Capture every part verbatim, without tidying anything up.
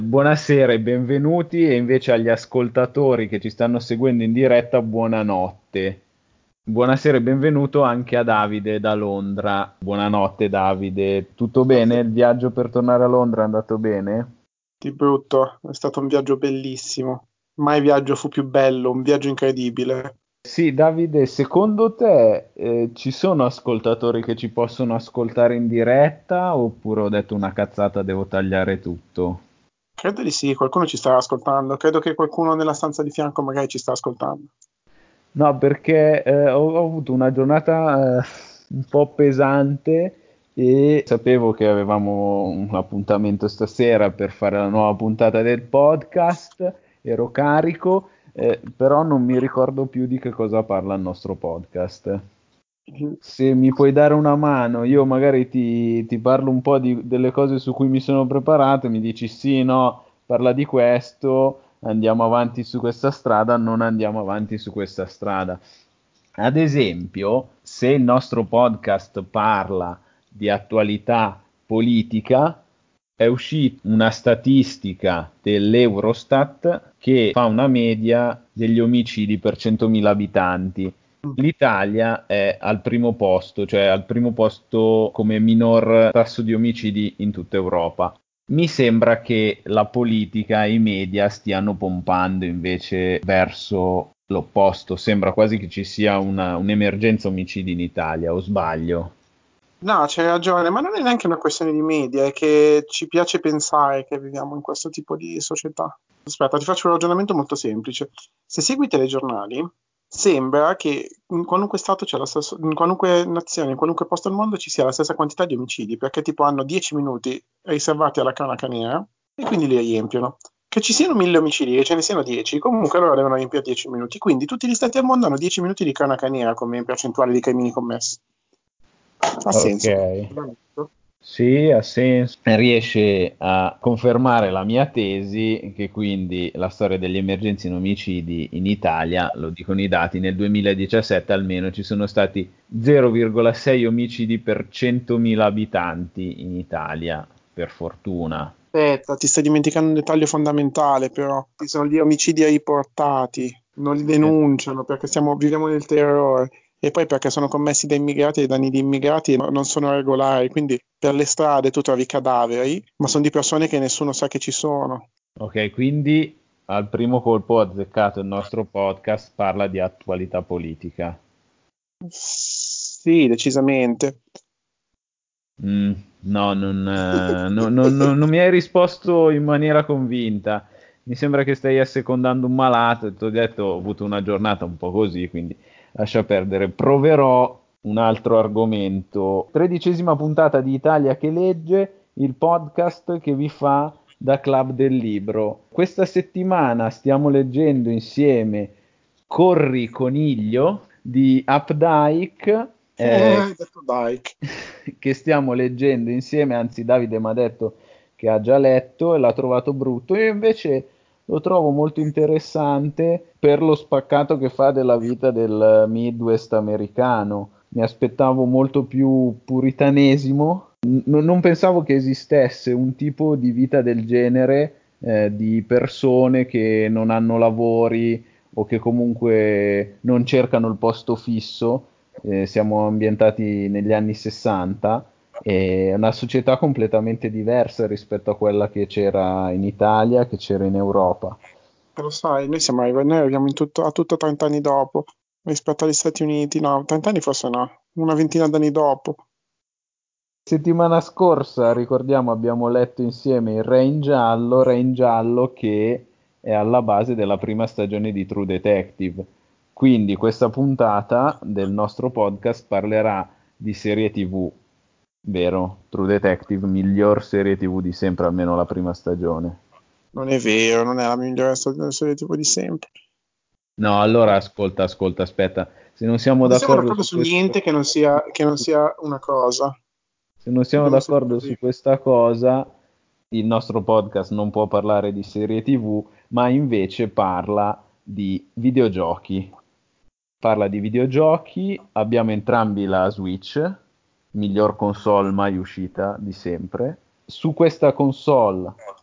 Buonasera e benvenuti, e invece agli ascoltatori che ci stanno seguendo in diretta, buonanotte. Buonasera e benvenuto anche a Davide da Londra. Buonanotte Davide, tutto bene? Il viaggio per tornare a Londra è andato bene? Di brutto, è stato un viaggio bellissimo. Mai viaggio fu più bello, un viaggio incredibile. Sì, Davide, secondo te eh, ci sono ascoltatori che ci possono ascoltare in diretta oppure ho detto una cazzata, devo tagliare tutto? Credo di sì, qualcuno ci sta ascoltando. Credo che qualcuno nella stanza di fianco magari ci sta ascoltando. No, perché eh, ho, ho avuto una giornata eh, un po' pesante e sapevo che avevamo un appuntamento stasera per fare la nuova puntata del podcast, ero carico, eh, però non mi ricordo più di che cosa parla il nostro podcast. Se mi puoi dare una mano, io magari ti, ti parlo un po' di- delle cose su cui mi sono preparato, e mi dici sì, no, parla di questo, andiamo avanti su questa strada, non andiamo avanti su questa strada. Ad esempio, se il nostro podcast parla di attualità politica, è uscita una statistica dell'Eurostat che fa una media degli omicidi per centomila abitanti. L'Italia è al primo posto, cioè al primo posto come minor tasso di omicidi in tutta Europa. Mi sembra che la polica e i media stiano pompando invece verso l'opposto. Sembra quasi che ci sia una, un'emergenza omicidi in Italia, o sbaglio? No, c'hai ragione, ma non è neanche una questione di media, è che ci piace pensare che viviamo in questo tipo di società. Aspetta, ti faccio un ragionamento molto semplice. Se segui i telegiornali, sembra che in qualunque stato c'è la stessa, in qualunque nazione, in qualunque posto del mondo ci sia la stessa quantità di omicidi, perché tipo hanno dieci minuti riservati alla cronaca nera e quindi li riempiono. Che ci siano mille omicidi, che ce ne siano dieci, comunque loro devono riempire dieci minuti. Quindi tutti gli stati al mondo hanno dieci minuti di cronaca nera come percentuale di crimini commessi. Ha Ok, senso. sì, ha senso. Riesce a confermare la mia tesi che quindi la storia degli emergenze in omicidi in Italia, lo dicono i dati, nel duemiladiciassette almeno ci sono stati zero virgola sei omicidi per centomila abitanti in Italia, per fortuna. Aspetta, ti stai dimenticando un dettaglio fondamentale, però. Ci sono gli omicidi riportati, non li Eh, denunciano perché siamo- viviamo nel terrore. E poi perché sono commessi da immigrati e i danni di immigrati no- non sono regolari, quindi per le strade tu trovi cadaveri, ma sono di persone che nessuno sa che ci sono. Ok, quindi al primo colpo ho azzeccato il nostro podcast, parla di attualità politica. Sì, decisamente. Mm, no, non, eh, no- no- no- non mi hai risposto in maniera convinta. Mi sembra che stai assecondando un malato e ti ho detto ho avuto una giornata un po' così, quindi lascia perdere. Proverò un altro argomento. Tredicesima puntata di Italia che legge, il podcast che vi fa da Club del Libro. Questa settimana stiamo leggendo insieme Corri Coniglio di Updike. eh, Eh, detto Dyke. che stiamo leggendo insieme, anzi Davide mi ha detto che ha già letto e l'ha trovato brutto, io invece lo trovo molto interessante per lo spaccato che fa della vita del Midwest americano. Mi aspettavo molto più puritanesimo, N- non pensavo che esistesse un tipo di vita del genere, eh, di persone che non hanno lavori o che comunque non cercano il posto fisso. Eh, siamo ambientati negli anni sessanta, è una società completamente diversa rispetto a quella che c'era in Italia, che c'era in Europa. Lo sai, noi siamo arrivati, noi arriviamo in tutto, a tutto trenta anni dopo rispetto agli Stati Uniti, no, trenta anni forse no, una ventina d'anni dopo. Settimana scorsa, ricordiamo, abbiamo letto insieme il Re in giallo, Re in giallo che è alla base della prima stagione di True Detective. Quindi questa puntata del nostro podcast parlerà di serie T V, vero? True Detective, miglior serie T V di sempre, almeno la prima stagione. Non è vero, non è la migliore stagione serie tipo di sempre. No, allora ascolta, ascolta, aspetta. Se non siamo Non siamo d'accordo d'accordo su su questa, niente che non sia, che non sia una cosa. se non siamo Dobbiamo essere d'accordo così. su questa cosa, il nostro podcast non può parlare di serie T V, ma invece parla di videogiochi. Parla di videogiochi, abbiamo entrambi la Switch, miglior console mai uscita di sempre. Su questa console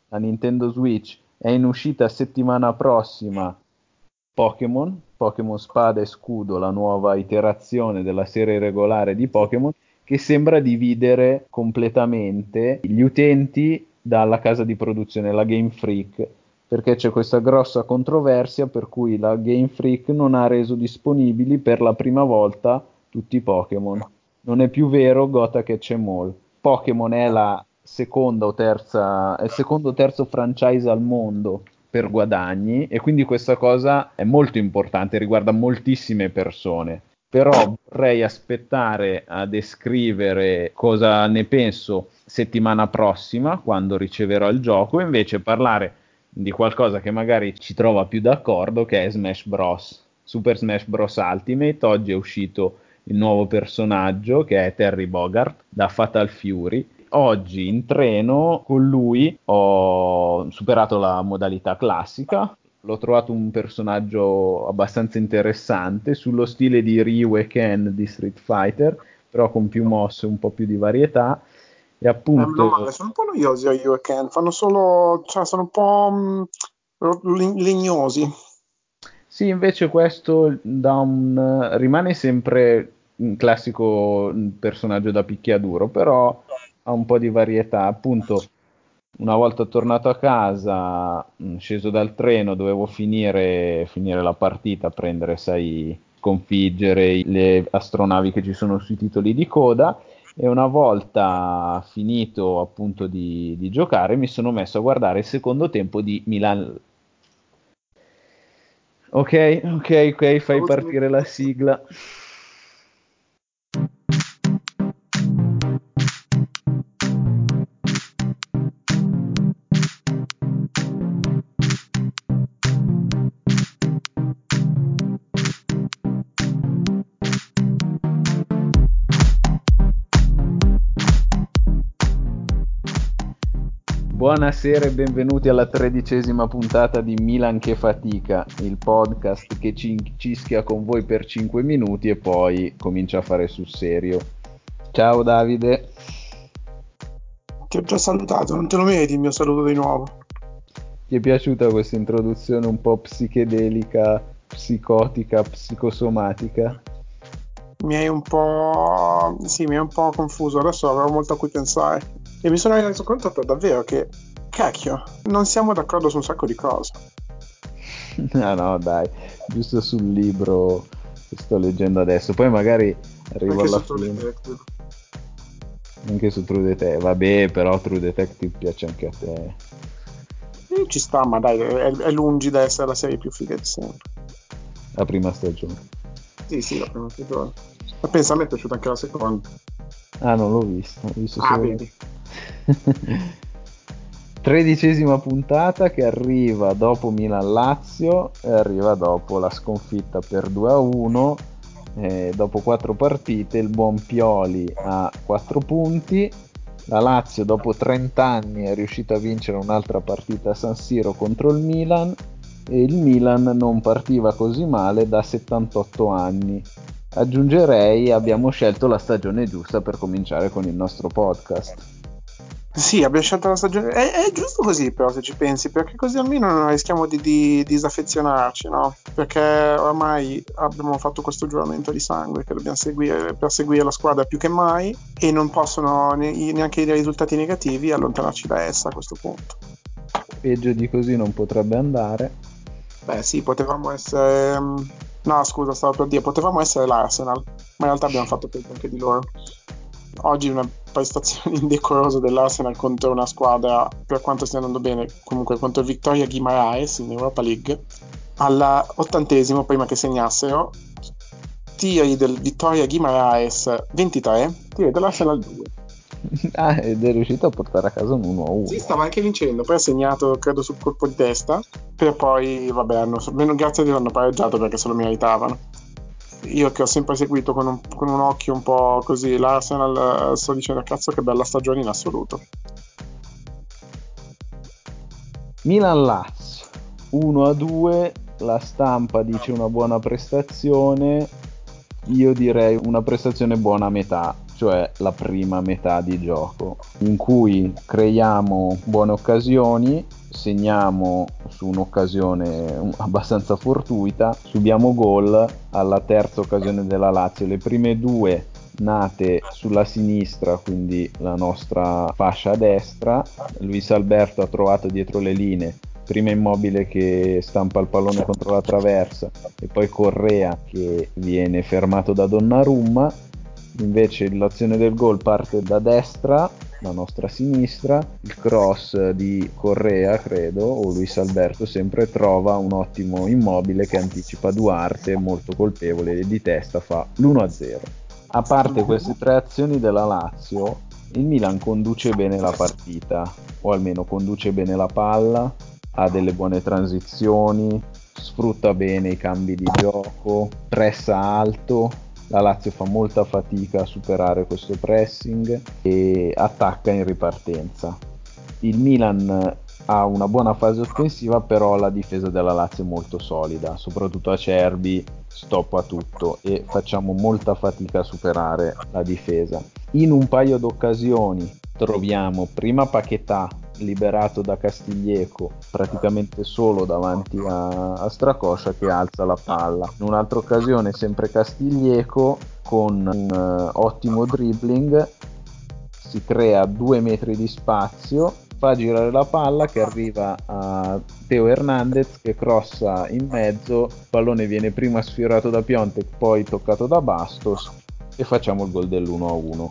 la Nintendo Switch, è in uscita settimana prossima Pokémon, Pokémon Spada e Scudo, la nuova iterazione della serie regolare di Pokémon, che sembra dividere completamente gli utenti dalla casa di produzione, la Game Freak, perché c'è questa grossa controversia per cui la Game Freak non ha reso disponibili per la prima volta tutti i Pokémon. Non è più vero Gotha Catch 'em All. Pokémon è la seconda o terza, è il secondo o terzo franchise al mondo per guadagni, e quindi questa cosa è molto importante, riguarda moltissime persone. Però vorrei aspettare a descrivere cosa ne penso settimana prossima, quando riceverò il gioco, e invece parlare di qualcosa che magari ci trova più d'accordo, che è Smash Bros. Super Smash Bros. Ultimate. Oggi è uscito il nuovo personaggio, che è Terry Bogard da Fatal Fury. Oggi in treno con lui ho superato la modalità classica. L'ho trovato un personaggio abbastanza interessante, sullo stile di Ryu e Ken di Street Fighter, però con più mosse, un po' più di varietà. E Eh, appunto, meno male, sono un po' noiosi a You Ken, fanno solo, cioè sono un po' mh, legnosi. sì, invece questo da un, rimane sempre un classico personaggio da picchiaduro, però ha un po' di varietà. Appunto, una volta tornato a casa, mh, sceso dal treno, dovevo finire, finire la partita, prendere, sai, sconfiggere le astronavi che ci sono sui titoli di coda. E una volta finito appunto di, di giocare, mi sono messo a guardare il secondo tempo di Milan. Ok, ok, ok, fai partire la sigla. Buonasera e benvenuti alla tredicesima puntata di Milan che fatica, il podcast che ci cischia con voi per cinque minuti e poi comincia a fare sul serio. Ciao Davide. Ti ho già salutato, non te lo meriti il mio saluto di nuovo. Ti è piaciuta questa introduzione un po' psichedelica, psicotica, psicosomatica? Mi hai un po'... sì, mi hai un po' confuso, adesso avevo molto a cui pensare. E mi sono reso conto per davvero che, cacchio, non siamo d'accordo su un sacco di cose. No, no, dai, giusto sul libro che sto leggendo adesso, poi magari arrivo Anche alla su True fine. Detective. Anche su True Detective, vabbè, però True Detective piace anche a te. Eh, ci sta, ma dai, è, è lungi da essere la serie più figa di sempre. La prima stagione. Sì, sì, la prima stagione. Ma pensa, a me è piaciuta anche la seconda. Ah, non l'ho visto, ho visto Ah, solo. vedi. Tredicesima puntata che arriva dopo Milan-Lazio e arriva dopo la sconfitta per due a uno. Eh, dopo quattro partite il buon Pioli ha quattro punti. La Lazio dopo trenta anni è riuscita a vincere un'altra partita a San Siro contro il Milan, e il Milan non partiva così male da settantotto anni. Aggiungerei, abbiamo scelto la stagione giusta per cominciare con il nostro podcast. Sì, abbiamo scelto la stagione. È, è giusto così, però, se ci pensi, perché così almeno non rischiamo di, di disaffezionarci, no? Perché ormai abbiamo fatto questo giuramento di sangue che dobbiamo seguire per seguire la squadra più che mai, e non possono ne- neanche i risultati negativi allontanarci da essa a questo punto. Peggio di così non potrebbe andare. Beh, sì, potevamo essere. mm, No, scusa, stavo per dire, potevamo essere l'Arsenal, ma in realtà abbiamo fatto peggio anche di loro. Oggi una prestazione indecorosa dell'Arsenal contro una squadra, per quanto stia andando bene, comunque contro il Victoria Guimaraes in Europa League. Alla ottantesimo, prima che segnassero, tiri del Victoria Guimaraes ventitré, tiri dell'Arsenal due. Ah, ed è riuscito a portare a casa un uno a Sì, uno. stava anche vincendo, poi ha segnato, credo, sul colpo di testa, per poi, vabbè, hanno, meno grazie a Dio hanno pareggiato perché se lo meritavano. Io che ho sempre seguito con un, con un occhio un po' così l'Arsenal, eh, sto dicendo cazzo che bella stagione in assoluto. Milan-Lazio uno a due, la stampa dice una buona prestazione, io direi una prestazione buona a metà, cioè la prima metà di gioco, in cui creiamo buone occasioni, segniamo su un'occasione abbastanza fortuita, subiamo gol alla terza occasione della Lazio. Le prime due nate sulla sinistra, quindi la nostra fascia a destra. Luis Alberto ha trovato dietro le linee, prima Immobile che stampa il pallone contro la traversa e poi Correa che viene fermato da Donnarumma. Invece l'azione del gol parte da destra, la nostra sinistra, il cross di Correa, credo, o Luis Alberto sempre, trova un ottimo Immobile che anticipa Duarte, molto colpevole, e di testa fa l'uno a zero. A parte queste tre azioni della Lazio, il Milan conduce bene la partita, o almeno conduce bene la palla, ha delle buone transizioni, sfrutta bene i cambi di gioco, pressa alto. La Lazio fa molta fatica a superare questo pressing e attacca in ripartenza. Il Milan ha una buona fase offensiva, però la difesa della Lazio è molto solida, soprattutto Acerbi stoppa tutto e facciamo molta fatica a superare la difesa. In un paio d'occasioni troviamo prima Paquetá liberato da Castiglieco praticamente solo davanti a, a Stracoscia, che alza la palla. In un'altra occasione sempre Castiglieco con un uh, ottimo dribbling si crea due metri di spazio, fa girare la palla che arriva a Teo Hernandez che crossa in mezzo, il pallone viene prima sfiorato da Piontek, poi toccato da Bastos e facciamo il gol dell'uno a uno.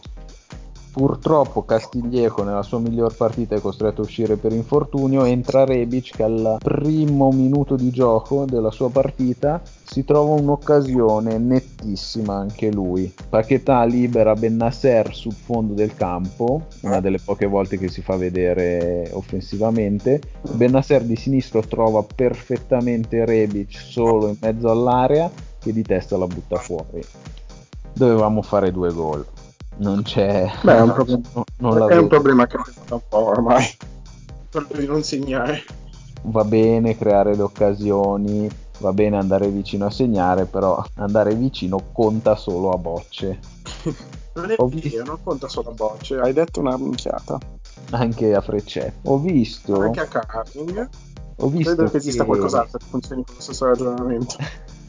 Purtroppo Castiglieco nella sua miglior partita è costretto a uscire per infortunio, entra Rebic che al primo minuto di gioco della sua partita si trova un'occasione nettissima anche lui. Paquetá libera Bennacer sul fondo del campo, una delle poche volte che si fa vedere offensivamente. Bennacer di sinistro trova perfettamente Rebic solo in mezzo all'area che di testa la butta fuori. Dovevamo fare due gol. Non c'è. Beh, è un problema, no, non è un problema che da un po' ormai, quello di non segnare. Va bene creare le occasioni, va bene andare vicino a segnare, però andare vicino conta solo a bocce. Non è Ho vero, visto... non conta solo a bocce, hai detto una minchiata. Anche a freccette. Ho visto. Anche a Carling. Ho visto Credo che esista che... qualcos'altro che funzioni con lo stesso ragionamento.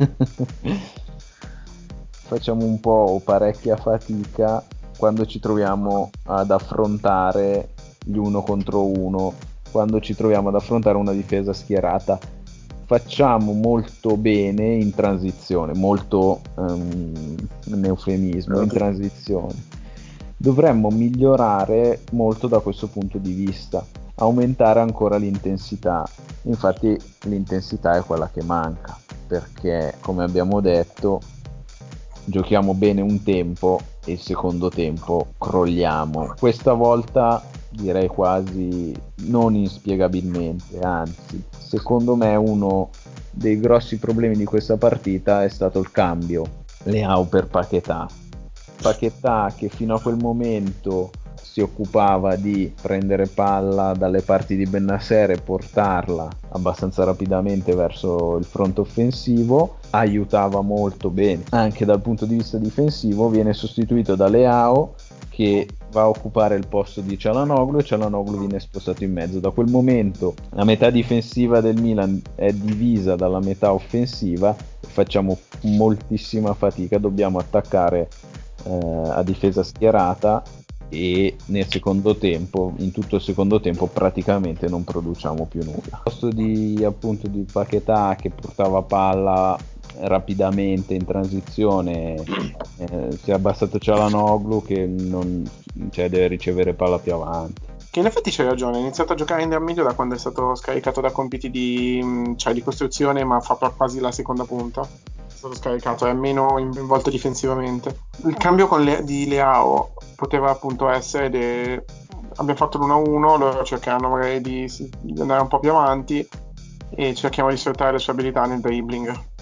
Facciamo un po' o parecchia fatica quando ci troviamo ad affrontare gli uno contro uno, quando ci troviamo ad affrontare una difesa schierata. Facciamo molto bene in transizione, molto um, un eufemismo, in transizione. Dovremmo migliorare molto da questo punto di vista, aumentare ancora l'intensità. Infatti l'intensità è quella che manca, perché come abbiamo detto giochiamo bene un tempo e il secondo tempo crolliamo. Questa volta direi quasi non inspiegabilmente, anzi, secondo me uno dei grossi problemi di questa partita è stato il cambio Leao per Paquetá. Paquetá che fino a quel momento si occupava di prendere palla dalle parti di Bennacer e portarla abbastanza rapidamente verso il fronte offensivo, aiutava molto bene anche dal punto di vista difensivo, viene sostituito da Leao che va a occupare il posto di Çalhanoğlu e Çalhanoğlu viene spostato in mezzo. Da quel momento la metà difensiva del Milan è divisa dalla metà offensiva e facciamo moltissima fatica, dobbiamo attaccare eh, a difesa schierata e nel secondo tempo, in tutto il secondo tempo praticamente non produciamo più nulla. Al posto di appunto di Paquetá che portava palla rapidamente in transizione, eh, si è abbassato Çalhanoğlu che non, cioè, deve ricevere palla più avanti. Che in effetti c'hai ragione, ha iniziato a giocare in meglio da quando è stato scaricato da compiti di, cioè, di costruzione, ma fa quasi la seconda punta. È stato scaricato, è meno involto difensivamente. Il cambio con le, di Leao poteva appunto essere de... abbiamo fatto l'uno a uno, loro cercheranno magari di, di andare un po' più avanti e cerchiamo di sfruttare le sue abilità nel dribbling,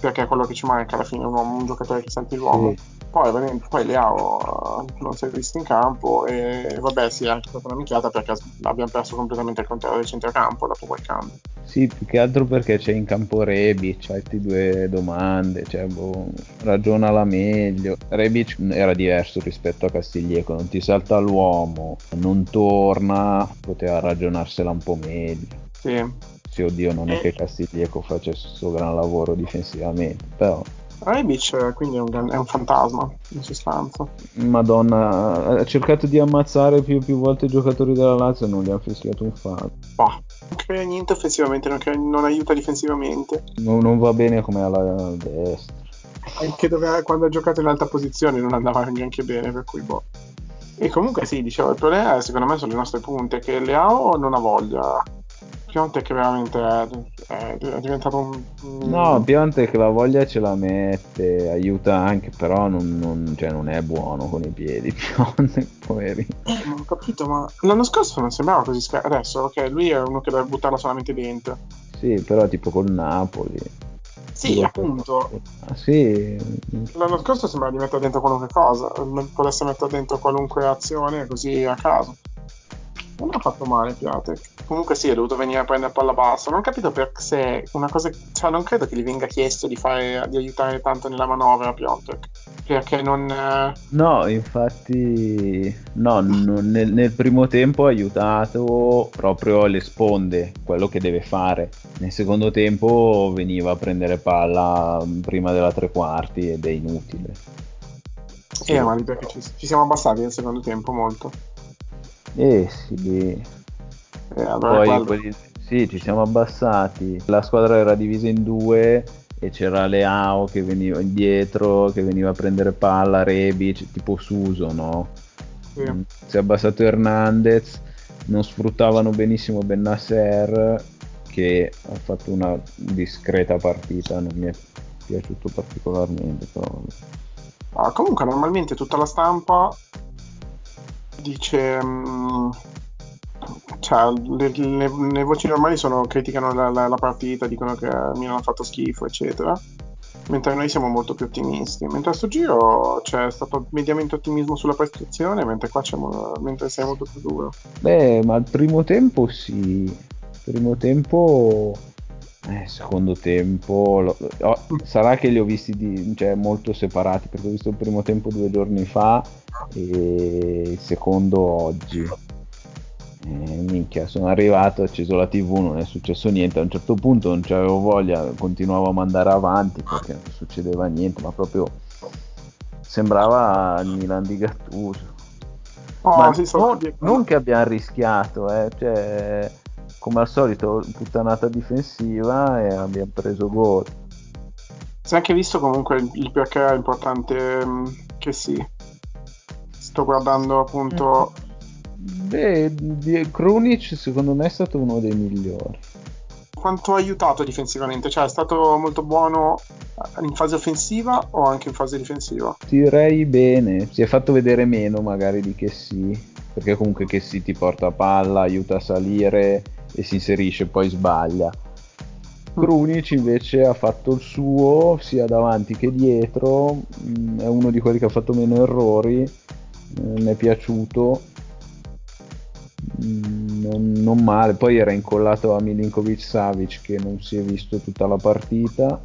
perché è quello che ci manca alla fine, un, uomo, un giocatore che sente l'uomo. Sì. Poi, ovviamente, poi Leao uh, non si è visto in campo e vabbè sì, è anche stata una minchiata perché abbiamo perso completamente il controllo del centrocampo dopo quel cambio. Sì, più che altro perché c'è in campo Rebic, c'hai queste due domande, cioè, boh, ragionala meglio. Rebic era diverso rispetto a Castiglieco, non ti salta l'uomo, non torna, poteva ragionarsela un po' meglio. Sì. Sì, oddio, non è E... che Castiglieco facesse questo gran lavoro difensivamente, però... Rebic quindi è un, è un fantasma, in sostanza. Madonna, ha cercato di ammazzare più, più volte i giocatori della Lazio e non gli ha fischiato un fallo. Bah, non crea niente offensivamente, non, crea, non aiuta difensivamente. Non, non va bene come alla destra. Anche dove, quando ha giocato in alta posizione non andava neanche bene, per cui boh. E comunque sì, dicevo, il problema secondo me sono le nostre punte, che Leao non ha voglia. Piontek veramente è, è, è diventato un... No, un... Piontek che la voglia ce la mette, aiuta anche, però non, non, cioè non è buono con i piedi, Piontek, poverino. Eh, ma ho capito, ma l'anno scorso non sembrava così scarso. Adesso, ok, lui è uno che deve buttarla solamente dentro. Sì, però tipo col Napoli. Sì, Due appunto. Ah, sì. L'anno scorso sembrava di mettere dentro qualunque cosa, potesse mettere dentro qualunque azione così a caso. Non ha fatto male Piatek. Comunque sì, è dovuto venire a prendere palla bassa. Non ho capito per se una cosa. Cioè, non credo che gli venga chiesto di fare di aiutare tanto nella manovra a Piatek. Perché non. Eh... No, infatti, no, non- nel, nel primo tempo ha aiutato proprio le sponde, quello che deve fare. Nel secondo tempo veniva a prendere palla prima della tre quarti ed è inutile. Eh, ma lì perché ci, ci siamo abbassati nel secondo tempo molto. Eh sì, Eh, allora poi quello. quelli, sì, ci siamo abbassati. La squadra era divisa in due e c'era Leao che veniva indietro, che veniva a prendere palla, Rebic, tipo Suso, no? Sì. Mm, si è abbassato Hernandez, non sfruttavano benissimo Bennasser, che ha fatto una discreta partita, non mi è piaciuto particolarmente, però... Ah, comunque, normalmente tutta la stampa dice. Mh, cioè, le, le- le voci normali sono criticano la, la- la partita, dicono che Milan ha fatto schifo, eccetera. Mentre noi siamo molto più ottimisti. Mentre a sto giro c'è stato mediamente ottimismo sulla prestazione, mentre qua c'è, mo- mentre sei molto più duro. Beh, ma il primo tempo sì, primo tempo, eh, secondo tempo, lo- oh, sarà che li ho visti di- cioè, molto separati, perché ho visto il primo tempo due giorni fa e il secondo oggi. Eh, minchia, sono arrivato, ho acceso la tivù, non è successo niente, a un certo punto non c'avevo voglia, continuavo a mandare avanti perché non succedeva niente, ma proprio sembrava il Milan di Gattuso. Oh, Ma sì, sto non, dietro. non che abbiamo rischiato, eh, cioè, come al solito, puttanata difensiva e abbiamo preso gol. Si è anche visto comunque il, il perché è importante mh, che sì. Sto guardando appunto. Beh, di- Krunic secondo me è stato uno dei migliori. Quanto ha aiutato difensivamente? Cioè, è stato molto buono in fase offensiva o anche in fase difensiva? Direi bene, si è fatto vedere meno magari di che sì, perché comunque che sì ti porta palla, aiuta a salire e si inserisce, poi sbaglia. Mm. Krunic invece ha fatto il suo sia davanti che dietro, mh, è uno di quelli che ha fatto meno errori, eh, mi è piaciuto, mh, non, non male, poi era incollato a Milinkovic Savic che non si è visto tutta la partita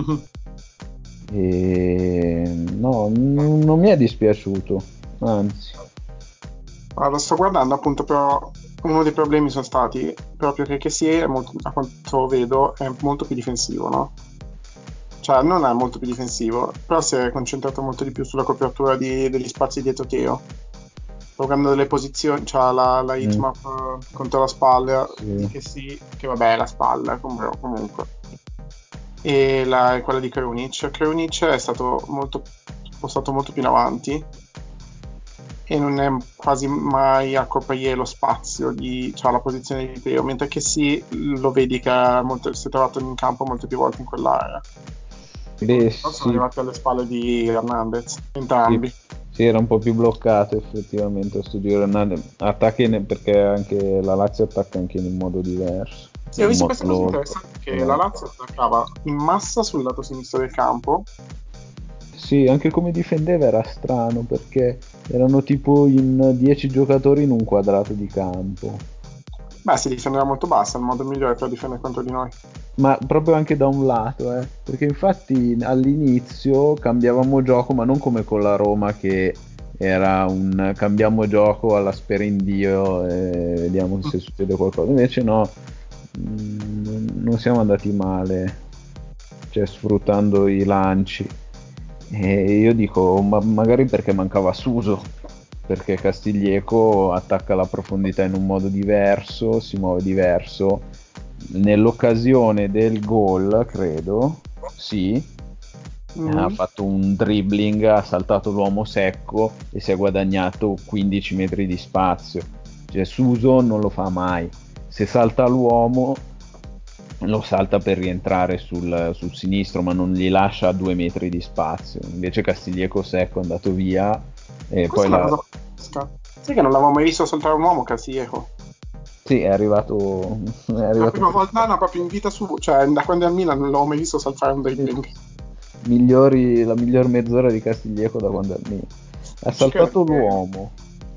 e no, n- non mi è dispiaciuto, anzi. Allora, sto guardando appunto però uno dei problemi sono stati proprio che Kessie è molto, a quanto vedo è molto più difensivo, no? Cioè non è molto più difensivo, però si è concentrato molto di più sulla copertura di- degli spazi dietro Teo. Sto guardando le posizioni, c'ha la, la Mm, hitmap eh, contro la spalla di sì. Kessie, che vabbè è la spalla com- comunque, e la, quella di Krunic. Krunic è stato molto postato molto più in avanti e non è quasi mai a coprire lo spazio di, cioè la posizione di Teo, mentre che sì, lo vedi che è molto, si è trovato in campo molte più volte in quell'area. Beh Però sono sì, arrivati alle spalle di Hernandez, sì, entrambi. sì, era un po' più bloccato effettivamente a sto giro. Hernandez attacchi ne- perché anche la Lazio attacca anche in un modo diverso. Sì, ho visto questa cosa Molto- interessante che la Lazio attaccava in massa sul lato sinistro del campo. Sì, anche come difendeva era strano perché erano tipo in dieci giocatori in un quadrato di campo. Beh, si difendeva molto bassa, il modo migliore per difendere contro di noi. Ma proprio anche da un lato, eh. Perché infatti all'inizio cambiavamo gioco, ma non come con la Roma che era un cambiamo gioco alla spera in Dio e vediamo se succede qualcosa. Invece no, mm, non siamo andati male, cioè sfruttando i lanci. E io dico, ma magari perché mancava Suso, perché Castiglieco attacca la profondità in un modo diverso, si muove diverso. Nell'occasione del gol, credo, sì, ha Mm. fatto un dribbling, ha saltato l'uomo secco e si è guadagnato quindici metri di spazio. Cioè Suso non lo fa mai. Se salta l'uomo lo salta per rientrare sul, sul sinistro, ma non gli lascia due metri di spazio. Invece Castiglieco secco è andato via e Questa poi è una la... cosa pazzesca. Sai che non l'avevo mai visto saltare un uomo, Castiglieco? Sì, è arrivato, è La arrivato prima volta, no, proprio in vita sua, cioè da quando è al Milan non l'avevo mai visto saltare un dribbling. migliori, la miglior mezz'ora di Castiglieco da quando è lì. Ha Ci credo saltato che... l'uomo,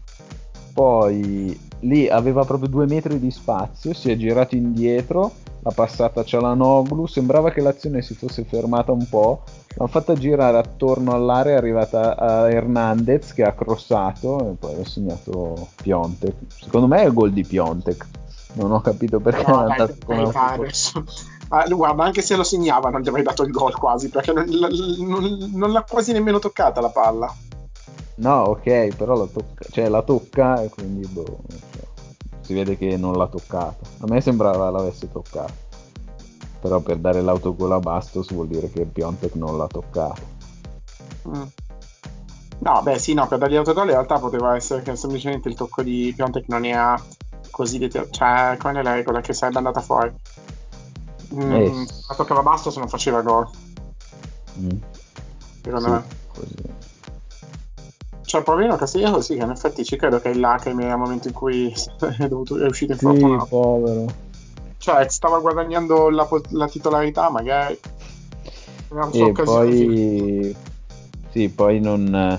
poi lì aveva proprio due metri di spazio, si è girato indietro, l'ha passata a Cialanoglu, sembrava che l'azione si fosse fermata un po', l'ha fatta girare attorno all'area, è arrivata a Hernandez che ha crossato e poi ha segnato Piontek. Secondo me è il gol di Piontek, non ho capito perché è No, dai, andato per come un carità, futuro. adesso. Ah, guarda, anche se lo segnava non gli avrei dato il gol quasi, perché non, non- non l'ha quasi nemmeno toccata la palla. No, ok, però la tocca, cioè la tocca e quindi boh, non so. Si vede che non l'ha toccata. A me sembrava l'avesse toccata. Però per dare l'autogol a Bastos vuol dire che Piontek non l'ha toccata. Mm. No, beh, sì, no, per dargli l'autogol in realtà poteva essere che semplicemente il tocco di Piontek non era così deter- cioè, qual è la regola che sarebbe andata fuori? Eh, Mm, la toccava Bastos non faceva gol, mm, secondo sì, me. così. Cioè, poverino Castiglieco, sì, che in effetti ci credo che è in lacrime nel momento in cui è, dovuto, è uscito Sì, infortunato. povero. Cioè, stava guadagnando la, po- la titolarità, magari. Era la sua E occasione finita. poi sì, poi non,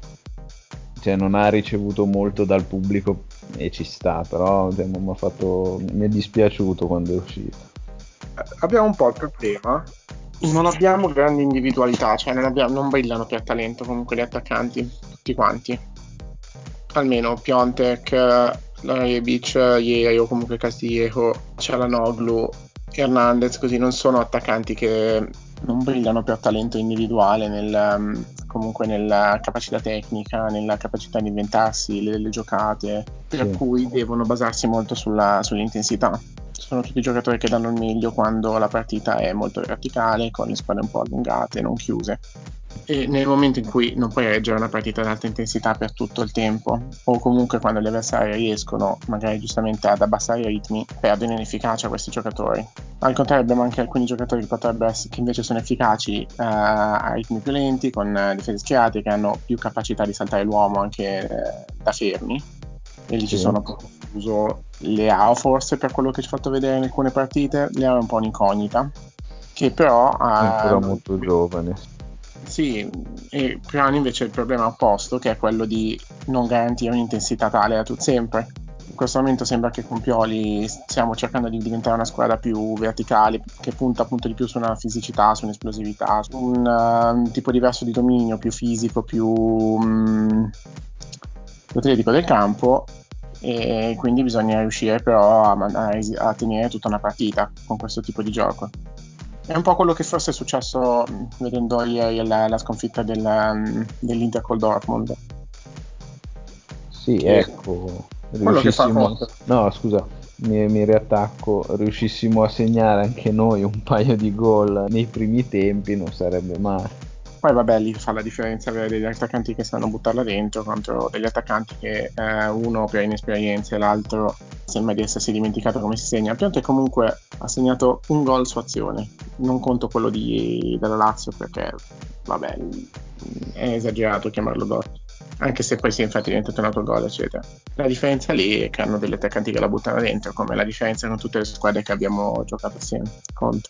cioè, non ha ricevuto molto dal pubblico e ci sta, però cioè, mi ha fatto, mi è dispiaciuto quando è uscito. Abbiamo un po' il problema. Non abbiamo grandi individualità, cioè non, abbiamo, non brillano per talento comunque gli attaccanti, tutti quanti. Almeno Piontek, Rebic, ieri o comunque Castillejo, Cialanoglu, Hernandez, così non sono attaccanti che non brillano per talento individuale, nel, um, comunque nella capacità tecnica, nella capacità di inventarsi le, le giocate, per Sì. cui devono basarsi molto sulla, sull'intensità. Sono tutti giocatori che danno il meglio quando la partita è molto verticale, con le spalle un po' allungate, non chiuse. E nel momento in cui non puoi reggere una partita ad alta intensità per tutto il tempo, o comunque quando gli avversari riescono magari giustamente ad abbassare i ritmi, perdono in efficacia questi giocatori. Al contrario abbiamo anche alcuni giocatori che potrebbero essere, che invece sono efficaci eh, a ritmi più lenti, con eh, difese schierate, che hanno più capacità di saltare l'uomo anche eh, da fermi. E lì ci Sì, sono appunto Fuso, Leao forse per quello che ci ho fatto vedere in alcune partite, Leao è un po' un'incognita, che però è ancora eh, molto giovane. sì, e Pirani invece il problema opposto, che è quello di non garantire un'intensità tale a tutto sempre. In questo momento sembra che con Pioli stiamo cercando di diventare una squadra più verticale, che punta appunto di più su una fisicità, su un'esplosività, su un, uh, un tipo diverso di dominio, più fisico, più um, atletico del campo, e quindi bisogna riuscire però a, a, a tenere tutta una partita con questo tipo di gioco. È un po' quello che forse è successo mh, vedendo ieri la, la sconfitta del, um, dell'Inter col Dortmund. Sì, Che ecco, quello che fa riuscissimo, forte. no, scusa, mi, mi riattacco, riuscissimo a segnare anche noi un paio di gol nei primi tempi, non sarebbe male. Poi vabbè, lì fa la differenza avere degli attaccanti che sanno buttarla dentro contro degli attaccanti che eh, uno per inesperienza e l'altro sembra di essersi dimenticato come si segna. Pionte comunque ha segnato un gol su azione, non conto quello di, della Lazio perché vabbè è esagerato chiamarlo gol. anche se poi sì, infatti è diventato un autogol, eccetera. La differenza lì è che hanno delle attaccanti che la buttano dentro, come la differenza con tutte le squadre che abbiamo giocato assieme. Conto.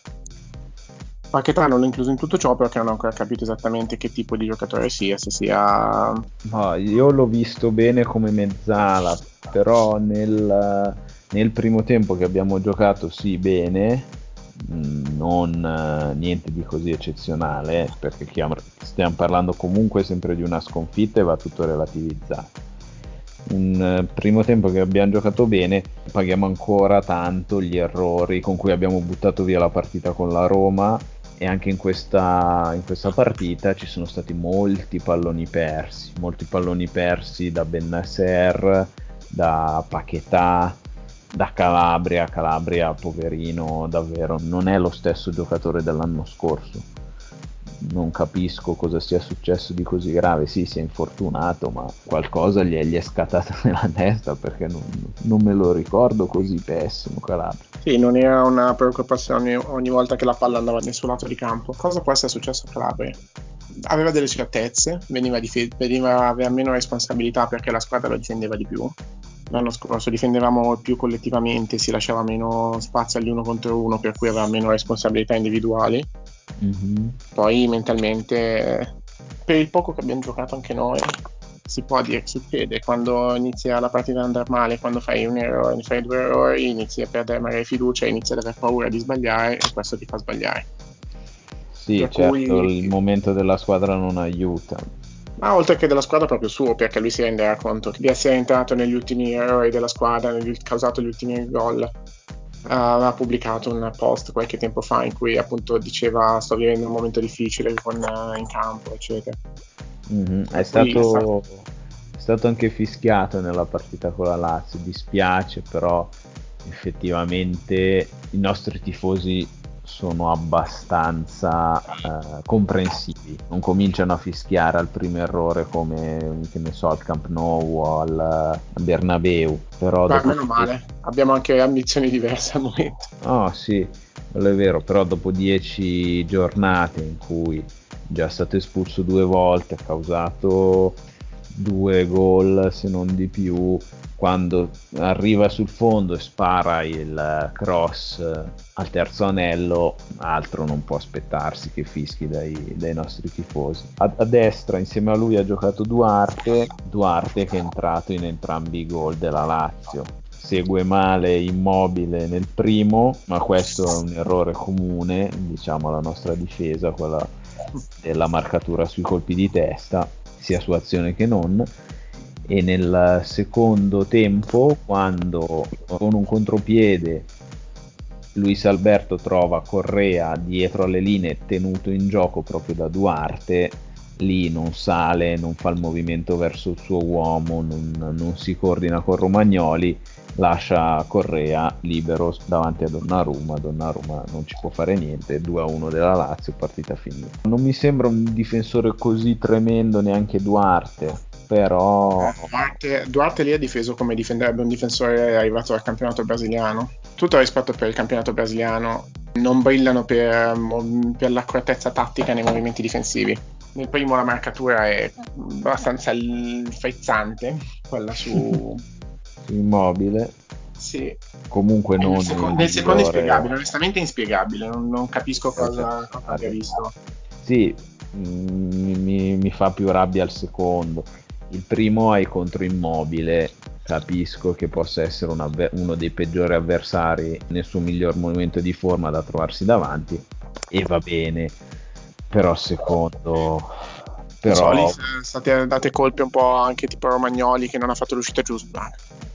Paquetá non l'ho incluso in tutto ciò perché non ho ancora capito esattamente che tipo di giocatore sia, se sia... No, io l'ho visto bene come mezzala, però nel, nel primo tempo che abbiamo giocato sì bene, mh, non eh, niente di così eccezionale, perché chiam- stiamo parlando comunque sempre di una sconfitta e va tutto relativizzato. Un eh, primo tempo che abbiamo giocato bene, paghiamo ancora tanto gli errori con cui abbiamo buttato via la partita con la Roma, e anche in questa, in questa partita ci sono stati molti palloni persi, molti palloni persi da Bennacer, da Paquetá, da Calabria. Calabria, poverino, davvero non è lo stesso giocatore dell'anno scorso. Non capisco cosa sia successo di così grave. Sì, si è infortunato, ma qualcosa gli è, gli è scattato nella testa, perché non, non me lo ricordo così pessimo Calabria. Sì, non era una preoccupazione ogni volta che la palla andava nel suo lato di campo. Cosa può essere successo a Calabria? Aveva delle certezze, veniva, dif- veniva aveva meno responsabilità perché la squadra lo difendeva di più. L'anno scorso difendevamo più collettivamente, si lasciava meno spazio agli uno contro uno, per cui aveva meno responsabilità individuali. Mm-hmm. Poi mentalmente, per il poco che abbiamo giocato anche noi, si può dire che succede quando inizia la partita ad andare male, quando fai un errore, fai due errori, inizi a perdere magari fiducia, inizi ad aver paura di sbagliare e questo ti fa sbagliare. Sì, per certo, cui... il momento della squadra non aiuta. Ma oltre che della squadra proprio suo, perché lui si renderà conto di essere entrato negli ultimi errori della squadra, negli, causato gli ultimi gol. Uh, aveva pubblicato un post qualche tempo fa in cui appunto diceva sto vivendo un momento difficile con, uh, in campo, eccetera. Mm-hmm. È, stato, è stato anche fischiato nella partita con la Lazio, dispiace, però effettivamente i nostri tifosi sono abbastanza uh, comprensivi, non cominciano a fischiare al primo errore come, che ne so, al Camp Nou o al, al Bernabeu. Però Beh, dopo... meno male, abbiamo anche ambizioni diverse al momento. Oh sì, quello è vero, però dopo dieci giornate in cui è già stato espulso due volte, ha causato due gol se non di più, quando arriva sul fondo e spara il cross al terzo anello, altro non può aspettarsi che fischi dai, dai nostri tifosi. A, a destra insieme a lui ha giocato Duarte, Duarte che è entrato in entrambi i gol della Lazio. Segue male Immobile nel primo, ma questo è un errore comune, diciamo, alla nostra difesa, quella della marcatura sui colpi di testa, sia su azione che non. E nel secondo tempo, quando con un contropiede Luis Alberto trova Correa dietro alle linee, tenuto in gioco proprio da Duarte, lì non sale, non fa il movimento verso il suo uomo, non, non si coordina con Romagnoli, lascia Correa libero davanti a Donnarumma. Donnarumma non ci può fare niente, due a uno della Lazio, partita finita. Non mi sembra un difensore così tremendo neanche Duarte, però Duarte, Duarte lì è difeso come difenderebbe un difensore arrivato dal campionato brasiliano. Tutto rispetto per il campionato brasiliano, non brillano per, per l'accuratezza tattica nei movimenti difensivi. Nel primo la marcatura è abbastanza frizzante, quella su Immobile. Sì. Comunque non nel, seco- nel secondo è inspiegabile, onestamente è inspiegabile, non, non capisco cosa, cosa abbia visto. Sì, mi, mi, mi fa più rabbia il secondo. Il primo hai contro Immobile, capisco che possa essere un avver- uno dei peggiori avversari nel suo miglior momento di forma da trovarsi davanti, e va bene, però secondo... Però... Solì state date colpe un po' anche tipo Romagnoli che non ha fatto l'uscita giusta.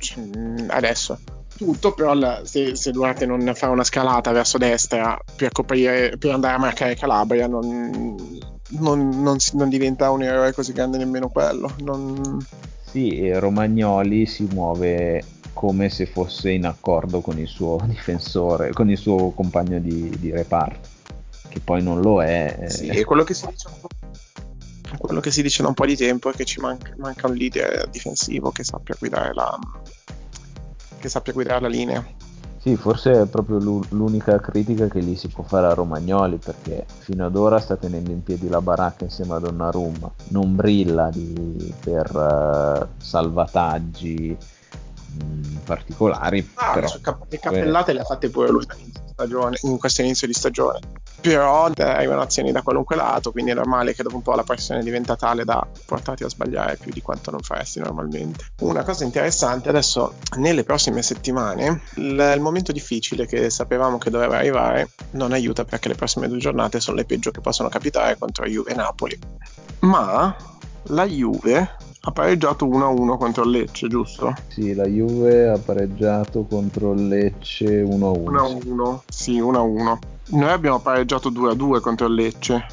Adesso tutto, però la, se, se Duarte non fa una scalata verso destra per coprire, per andare a marcare Calabria, non, non, non, non diventa un errore così grande nemmeno quello. Non... Sì, e Romagnoli si muove come se fosse in accordo con il suo difensore, con il suo compagno di, di reparto, che poi non lo è. Sì, è quello che si dice un po'. Quello che si dice da un po' di tempo è che ci manca, manca un leader difensivo che sappia guidare la che sappia guidare la linea. Sì, forse è proprio l'u- l'unica critica che gli si può fare a Romagnoli, perché fino ad ora sta tenendo in piedi la baracca insieme a Donnarumma, non brilla di- per eh, salvataggi mh, particolari, Ah, le però sue cap- le comunque- cappellate le ha fatte pure lui all'inizio di stagione, in questo inizio di stagione. Però eh, arrivano azioni da qualunque lato, quindi è normale che dopo un po' la pressione diventa tale da portarti a sbagliare più di quanto non faresti normalmente. Una cosa interessante adesso, nelle prossime settimane, il, il momento difficile che sapevamo che doveva arrivare non aiuta, perché le prossime due giornate sono le peggio che possono capitare contro Juve e Napoli. Ma la Juve ha pareggiato uno a uno contro il Lecce, giusto? sì, la Juve ha pareggiato contro il Lecce uno a uno. uno a uno, sì, uno a uno. Noi abbiamo pareggiato due a due contro il Lecce.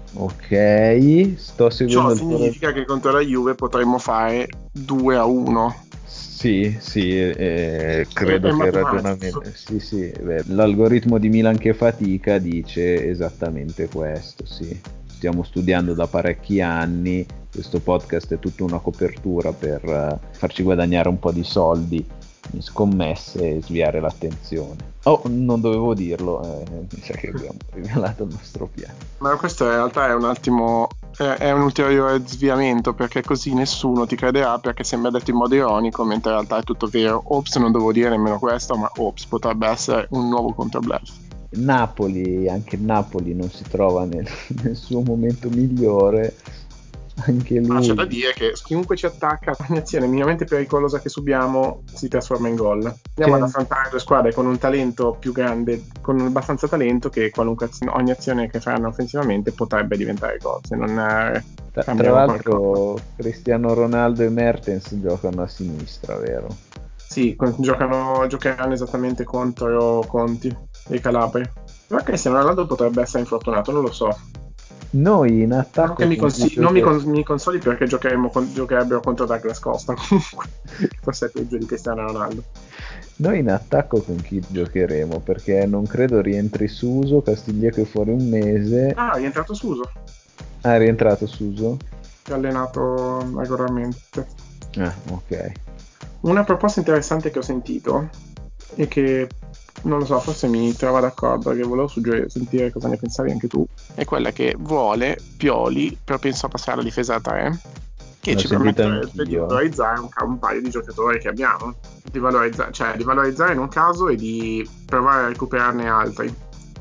Ok, sto seguendo Ciò il tuo re- significa che contro la Juve potremmo fare due a uno. Sì, sì, eh, È, credo è che il matematico. ragionamento, sì, sì, beh, l'algoritmo di Milan che fatica dice esattamente questo, sì. Stiamo studiando da parecchi anni, questo podcast è tutta una copertura per eh, farci guadagnare un po' di soldi in scommesse e sviare l'attenzione. Oh, non dovevo dirlo, eh, mi sa che abbiamo rivelato il nostro piano. Ma questo in realtà è un attimo, è, è un ulteriore sviamento, perché così nessuno ti crederà, perché sembra detto in modo ironico, mentre in realtà è tutto vero. Ops, non dovevo dire nemmeno questo, ma ops, potrebbe essere un nuovo controbluff. Napoli, anche Napoli non si trova nel, nel suo momento migliore, anche Ma c'è da lui. dire che chiunque ci attacca, ogni azione minimamente pericolosa che subiamo si trasforma in gol. Andiamo ad C'è, affrontare due squadre con un talento più grande, con abbastanza talento, che qualunque azione, ogni azione che faranno offensivamente potrebbe diventare gol, se non eh, tra, tra cambiamo qualcosa. l'altro Cristiano Ronaldo e Mertens giocano a sinistra, vero? Sì, con- giocano, giocheranno esattamente contro Conti e Calabria. Ma Cristiano Ronaldo potrebbe essere infortunato, non lo so. Noi in Non che attacco mi, con chi consi- non mi, giochiamo? con- mi consoli, perché giocheremmo con- giocherebbero contro Douglas Costa comunque, che forse è peggio di Cristiano Ronaldo. Noi in attacco con chi giocheremo? Perché non credo rientri Suso, Castiglieco è fuori un mese. Ah, è rientrato Suso, Ah, è rientrato Suso? si è allenato regolarmente. Ah, ok. Una proposta interessante che ho sentito e che, non lo so, forse mi trova d'accordo, che volevo suggerire, sentire cosa ne pensavi anche tu, è quella che vuole Pioli, propenso a passare alla difesa a tre, che L'ho ci sentita permetterebbe di anch'io. valorizzare un, un paio di giocatori che abbiamo, di valorizzare, cioè di valorizzare in un caso e di provare a recuperarne altri.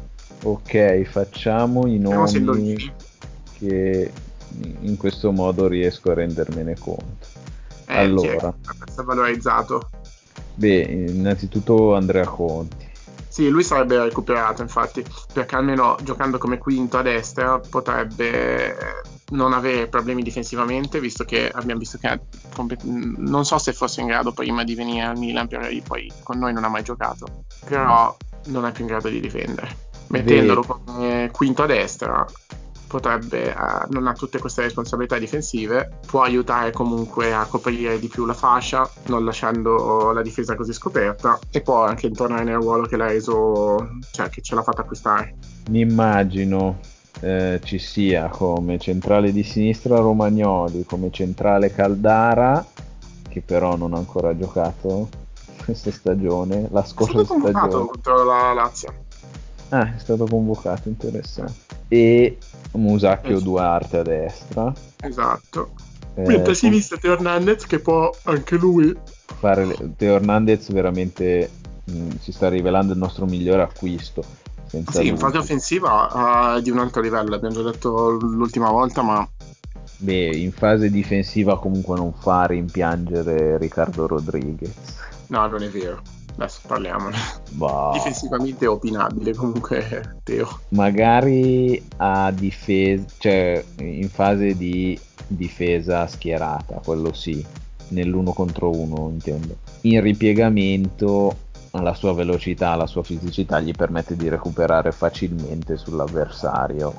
Ok, facciamo i Vediamo se nomi indovini. che in questo modo riesco a rendermene conto. Eh, chi è che Allora, potrebbe essere valorizzato? beh, innanzitutto Andrea Conti. Sì, lui sarebbe recuperato, infatti, perché almeno giocando come quinto a destra potrebbe non avere problemi difensivamente, visto che abbiamo visto che ha compet- non so se fosse in grado prima di venire al Milan, perché poi con noi non ha mai giocato, però non è più in grado di difendere. Beh, Mettendolo come quinto a destra potrebbe, eh, non ha tutte queste responsabilità difensive, può aiutare comunque a coprire di più la fascia, non lasciando la difesa così scoperta, e può anche tornare nel ruolo che l'ha reso, cioè che ce l'ha fatta acquistare. mi immagino eh, ci sia come centrale di sinistra Romagnoli, come centrale Caldara, che però non ha ancora giocato questa stagione, la È stato scorsa convocato stagione. contro la Lazio. Ah, è stato convocato, interessante. E Eh, Musacchio Duarte a destra. esatto. Mentre Eh, a com- sinistra Teo Hernandez, che può anche lui. fare le- Teo Hernandez veramente mh, si sta rivelando il nostro migliore acquisto. Senza Sì, in lui, fase offensiva uh, di un altro livello, l'abbiamo già detto l'ultima volta, ma beh, in fase difensiva comunque non fa rimpiangere Riccardo Rodriguez. no, non è vero. Adesso parliamone. Bah, Difensivamente è opinabile comunque Teo. magari a difesa, cioè in fase di difesa schierata, quello sì, nell'uno contro uno intendo. In ripiegamento la sua velocità, la sua fisicità gli permette di recuperare facilmente sull'avversario.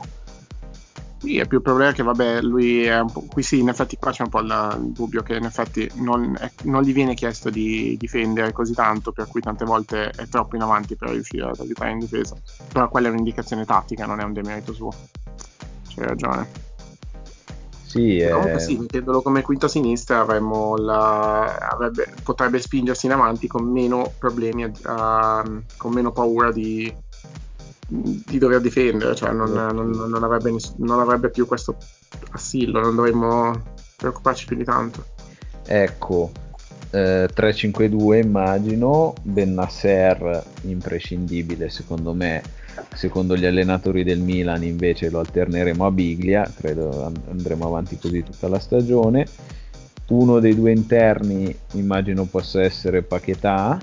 Sì, è più il problema che, vabbè, lui è un po'. Qui sì, in effetti qua c'è un po' il, il dubbio che in effetti non, è- non gli viene chiesto di difendere così tanto, per cui tante volte è troppo in avanti per riuscire ad aiutare in difesa. Però quella è un'indicazione tattica, non è un demerito suo. C'hai ragione. Sì, E comunque è... sì, mettendolo come quinta sinistra avremmo la, avrebbe- potrebbe spingersi in avanti con meno problemi, a- a- con meno paura di, di dover difendere, cioè non, non- non avrebbe, ness- non avrebbe più questo assillo, non dovremmo preoccuparci più di tanto. Ecco, eh, tre cinque due immagino, Bennacer imprescindibile secondo me, secondo gli allenatori del Milan invece lo alterneremo a Biglia, credo and- andremo avanti così tutta la stagione. Uno dei due interni immagino possa essere Paquetá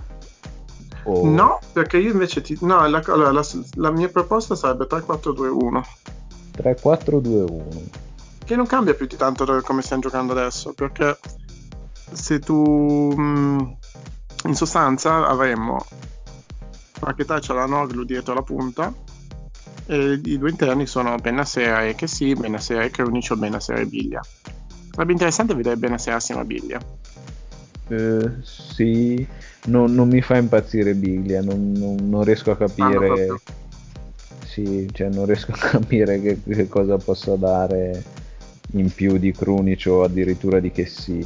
o No, perché io invece ti, no, la, allora, la, la mia proposta sarebbe tre quattro due uno, tre quattro due uno. che non cambia più di tanto da come stiamo giocando adesso, perché se tu mh, in sostanza avremmo Paquetá e Çalhanoğlu dietro la punta e i due interni sono Bennacer e Kessie, Bennacer e Krunic o Bennacer e Biglia. Sarebbe interessante vedere Bennacer assieme a Biglia. Eh, sì, non, non mi fa impazzire Biglia, non, non- non riesco a Stanno capire, proprio. sì, cioè non riesco a capire che, che cosa possa dare in più di Krunic o addirittura di Kessie.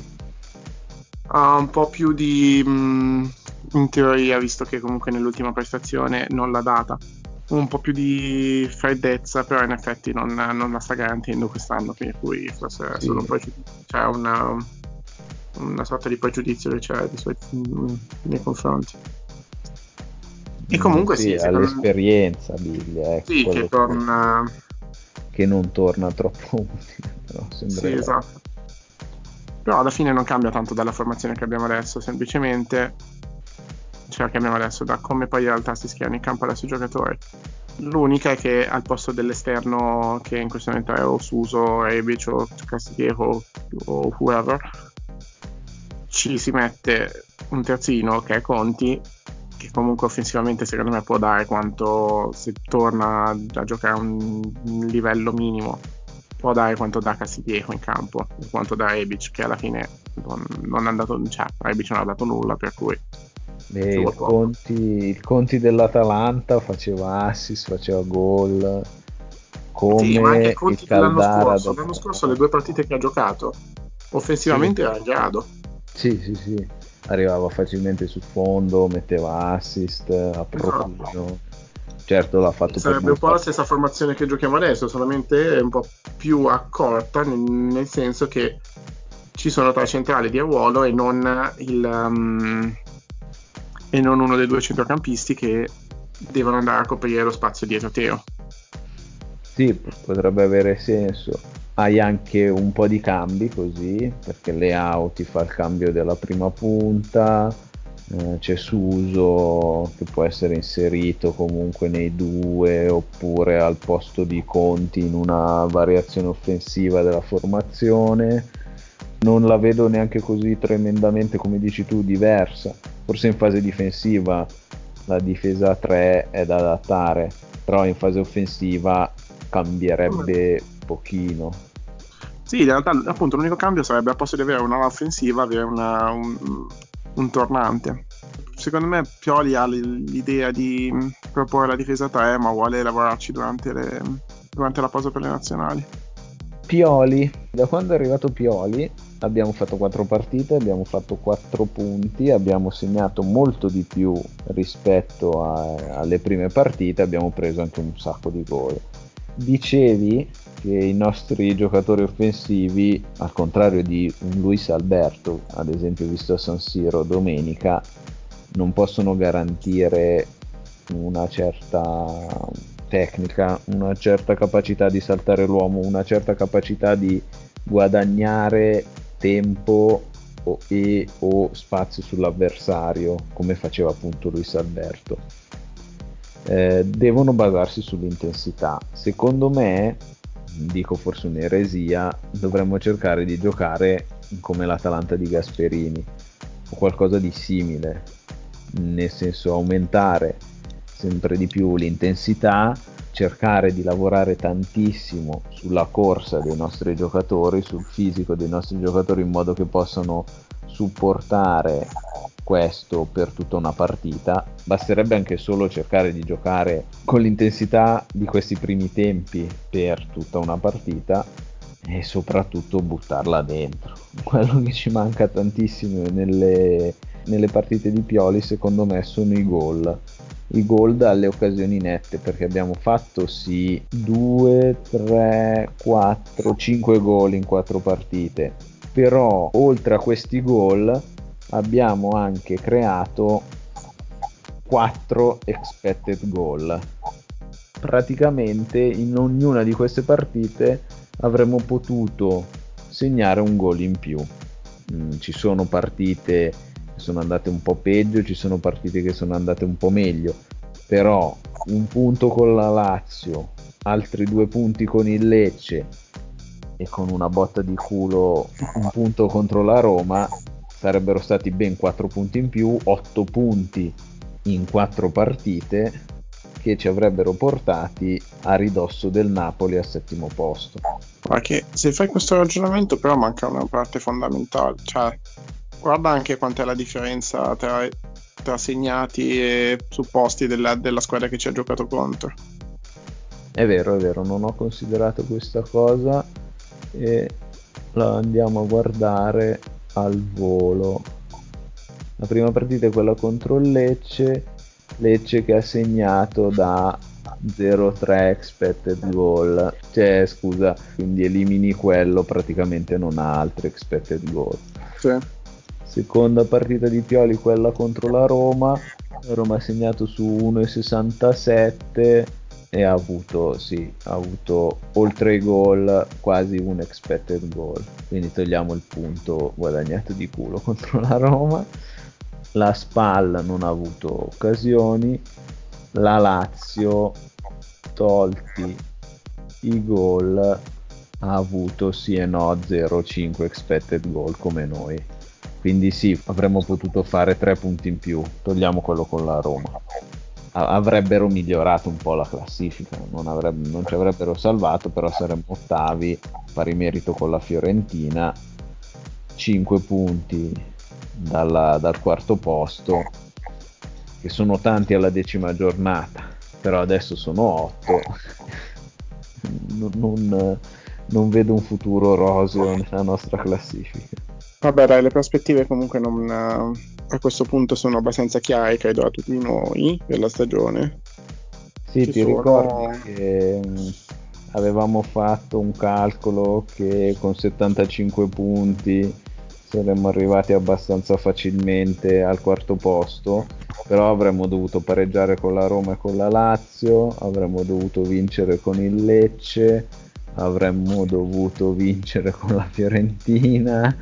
Ha un po' più di mh, in teoria, visto che comunque nell'ultima prestazione non l'ha data, un po' più di freddezza, però in effetti non, non la sta garantendo quest'anno, per cui forse è solo un Sì, pregiudizio, cioè una, una sorta di pregiudizio che c'è di suoi- mh, nei confronti. E mm, comunque sì, sì, secondo me all'esperienza Biglia, ecco, sì, che quello che, con eh, che non torna troppo utile, però sì, sembrerebbe. esatto. Però alla fine non cambia tanto dalla formazione che abbiamo adesso, semplicemente cioè che abbiamo adesso, da come poi in realtà si schierano in campo adesso i giocatori. L'unica è che al posto dell'esterno che in questo momento è o Suso, Rebic o Castillejo o whoever, ci si mette un terzino che è Conti, che comunque offensivamente secondo me può dare quanto, se torna a giocare a un livello minimo, può dare quanto dà Castillejo in campo, e quanto dà Rebic, che alla fine non, non è andato, cioè Rebic non ha dato nulla, per cui E ci vuole il poco. Conti, il Conti dell'Atalanta faceva assist, faceva gol, Sì, ma anche il come il Conti dell'anno Caldara scorso. del L'anno scorso, le Roma. due partite che ha giocato, Sì, offensivamente era in grado. sì, sì, sì, arrivava facilmente sul fondo, metteva assist a Esatto. profuso. Certo l'ha fatto per Sarebbe non un po' la far... stessa formazione che giochiamo adesso, solamente un po' più accorta, nel, nel senso che ci sono tre centrali di ruolo e non, il, um, e non uno dei due centrocampisti che devono andare a coprire lo spazio dietro Teo. Sì, potrebbe avere senso. Hai anche un po' di cambi così, perché Leao ti fa il cambio della prima punta, eh, c'è Suso che può essere inserito comunque nei due, oppure al posto di Conti in una variazione offensiva della formazione. Non la vedo neanche così tremendamente, come dici tu, diversa. Forse in fase difensiva la difesa a tre è da adattare, però in fase offensiva cambierebbe pochino. Sì, in realtà appunto l'unico cambio sarebbe al posto di avere un'ala offensiva, avere una, un, un tornante. Secondo me Pioli ha l- l'idea di proporre la difesa a tre, ma vuole lavorarci durante, le, durante la pausa per le nazionali. Pioli, da quando è arrivato Pioli abbiamo fatto quattro partite, abbiamo fatto quattro punti, abbiamo segnato molto di più rispetto a- alle prime partite, abbiamo preso anche un sacco di gol. Dicevi che i nostri giocatori offensivi, al contrario di un Luis Alberto, ad esempio visto a San Siro domenica, non possono garantire una certa tecnica, una certa capacità di saltare l'uomo, una certa capacità di guadagnare tempo o, e o spazio sull'avversario, come faceva appunto Luis Alberto. Eh, devono basarsi sull'intensità. Secondo me, dico forse un'eresia, dovremmo cercare di giocare come l'Atalanta di Gasperini o qualcosa di simile, nel senso aumentare sempre di più l'intensità, cercare di lavorare tantissimo sulla corsa dei nostri giocatori, sul fisico dei nostri giocatori in modo che possano supportare questo per tutta una partita. Basterebbe anche solo cercare di giocare con l'intensità di questi primi tempi per tutta una partita e soprattutto buttarla dentro. Quello che ci manca tantissimo nelle, nelle partite di Pioli, secondo me, sono i gol. I gol dalle occasioni nette, perché abbiamo fatto sì due, tre, quattro, cinque gol in quattro partite, però oltre a questi gol abbiamo anche creato quattro expected goal. Praticamente in ognuna di queste partite avremmo potuto segnare un gol in più. Mm, ci sono partite che sono andate un po' peggio, ci sono partite che sono andate un po' meglio, però un punto con la Lazio, altri due punti con il Lecce e con una botta di culo un punto contro la Roma, sarebbero stati ben quattro punti in più, otto punti in quattro partite che ci avrebbero portati a ridosso del Napoli al settimo posto. Ma che se fai questo ragionamento però manca una parte fondamentale, cioè guarda anche quant'è la differenza tra, tra segnati e supposti della, della squadra che ci ha giocato contro. È vero, è vero, non ho considerato questa cosa e la andiamo a guardare al volo. La prima partita è quella contro il Lecce, Lecce che ha segnato da zero tre expected goal, cioè scusa, quindi elimini quello, praticamente non ha altri expected goal. Sì. Seconda partita di Pioli, quella contro la Roma, la Roma ha segnato su uno virgola sessantasette e ha avuto, sì, ha avuto oltre i gol quasi un expected goal, quindi togliamo il punto guadagnato di culo contro la Roma. La Spal non ha avuto occasioni, la Lazio, tolti i gol, ha avuto sì e no zero virgola cinque expected goal come noi, quindi sì, avremmo potuto fare tre punti in più, togliamo quello con la Roma, avrebbero migliorato un po' la classifica, non, avrebbe, non ci avrebbero salvato, però saremmo ottavi, pari merito con la Fiorentina, cinque punti dalla, dal quarto posto, che sono tanti alla decima giornata, però adesso sono otto. non, non, non vedo un futuro roseo nella nostra classifica. Vabbè dai, le prospettive comunque non, a questo punto sono abbastanza chiare, credo, a tutti noi della stagione. Sì, Ci ti sono... ricordi che mh, avevamo fatto un calcolo che con settantacinque punti saremmo arrivati abbastanza facilmente al quarto posto, però avremmo dovuto pareggiare con la Roma e con la Lazio, avremmo dovuto vincere con il Lecce, avremmo dovuto vincere con la Fiorentina.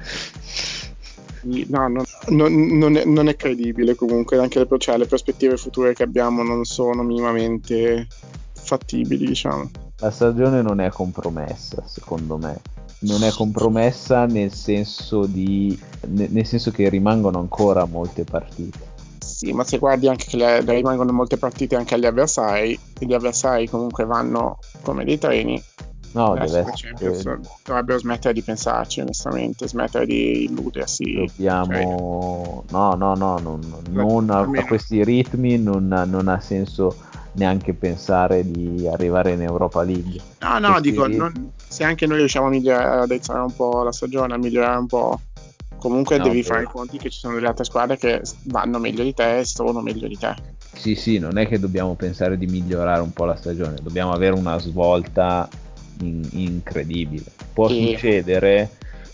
No, non, non- non è, non è credibile comunque, anche le, cioè, le prospettive future che abbiamo non sono minimamente fattibili, diciamo. La stagione non è compromessa, secondo me. Non è compromessa nel senso di ne- nel senso che rimangono ancora molte partite. Sì, ma se guardi anche che le, le rimangono molte partite anche agli avversari, e gli avversari comunque vanno come dei treni, No, deve adesso la Champions essere dovrebbero smettere di pensarci, onestamente, smettere di illudersi. Cioè, dobbiamo no, no, no, non, la- non a, a almeno. questi ritmi non, non ha senso neanche pensare di arrivare in Europa League. No, no, Questi dico, ritmi, non- se anche noi riusciamo a migliorare, ad alzare un po' la stagione, a migliorare un po', comunque no, devi fare beh, i conti che ci sono delle altre squadre che vanno meglio di te e sono meglio di te. sì, sì, non è che dobbiamo pensare di migliorare un po' la stagione, dobbiamo avere una svolta in- incredibile. Può E succedere,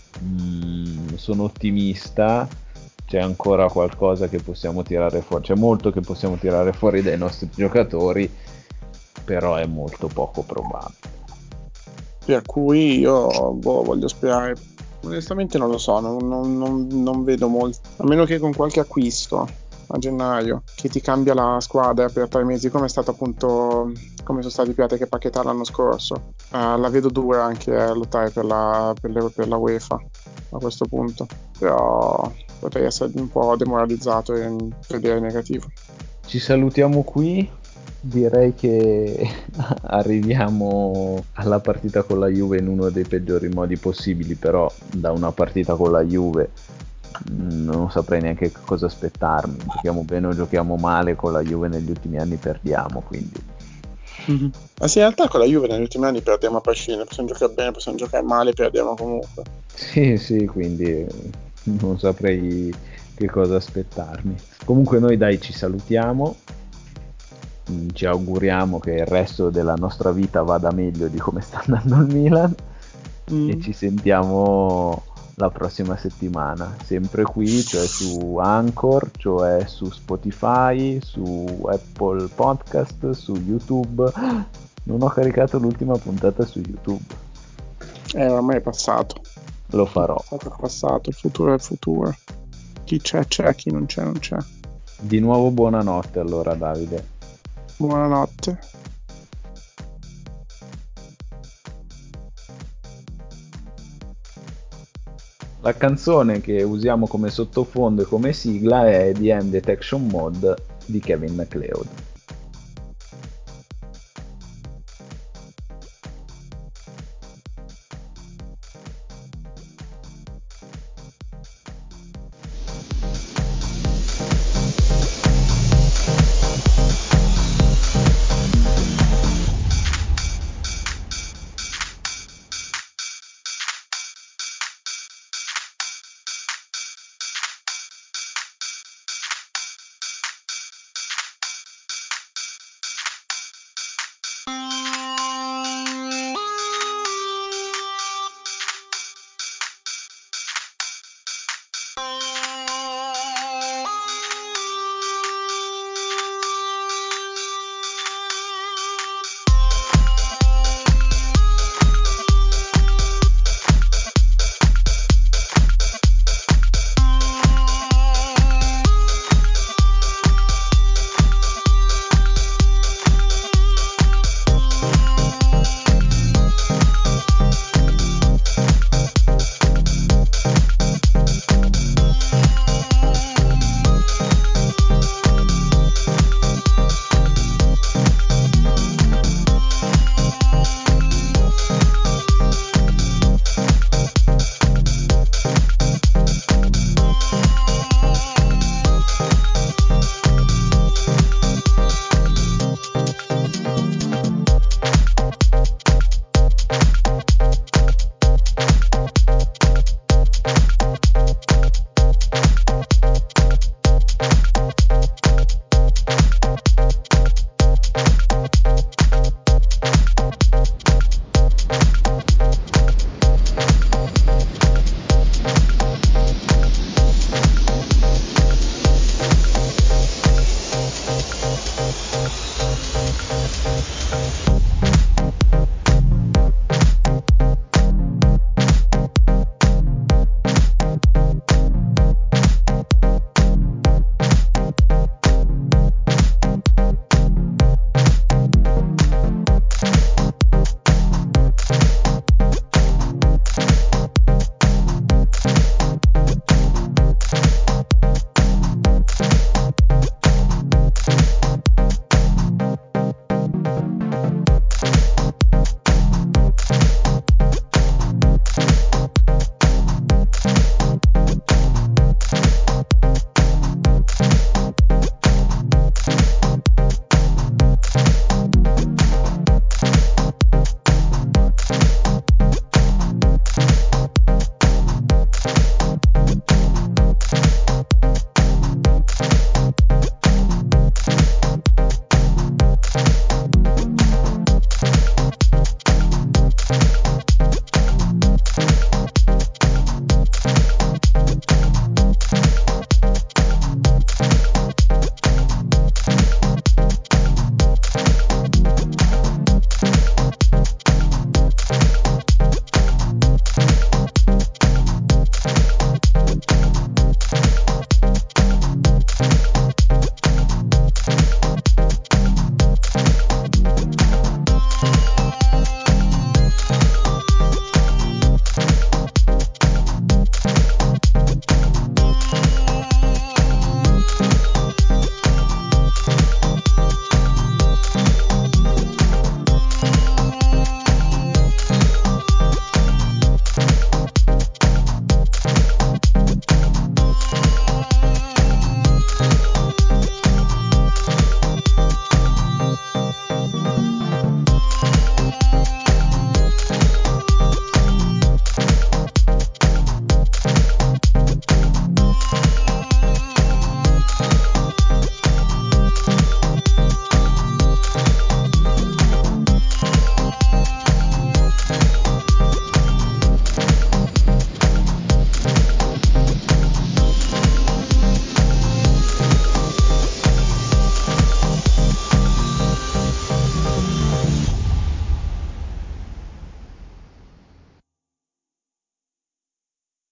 mh, sono ottimista, c'è ancora qualcosa che possiamo tirare fuori, c'è molto che possiamo tirare fuori dai nostri giocatori, però è molto poco probabile. per cui io boh, voglio sperare. Onestamente non lo so, non, non- non- non vedo molto, a meno che con qualche acquisto a gennaio che ti cambia la squadra per tre mesi, come è stato appunto, come sono stati Piatti che Paquetá l'anno scorso. Eh, la vedo dura anche a lottare per la, per le- per la UEFA a questo punto, però potrei essere un po' demoralizzato e vedere negativo. Ci salutiamo qui, direi che arriviamo alla partita con la Juve in uno dei peggiori modi possibili, però da una partita con la Juve mh, non saprei neanche cosa aspettarmi, giochiamo bene o giochiamo male con la Juve negli ultimi anni perdiamo, quindi Mm-hmm. Ma sì, in realtà con la Juve negli ultimi anni perdiamo a prescindere, possiamo giocare bene, possiamo giocare male, perdiamo comunque. Sì, sì, quindi non saprei che cosa aspettarmi. Comunque noi dai ci salutiamo, ci auguriamo che il resto della nostra vita vada meglio di come sta andando il Milan mm. e ci sentiamo la prossima settimana, sempre qui, cioè su Anchor, cioè su Spotify, su Apple Podcast, su YouTube. Non ho caricato l'ultima puntata su YouTube. Eh, ormai è passato. Lo farò. Il passato è passato, il futuro è il futuro. Chi c'è c'è, chi non c'è non c'è. Di nuovo buonanotte allora, Davide. Buonanotte. La canzone che usiamo come sottofondo e come sigla è The End Detection Mode di Kevin MacLeod.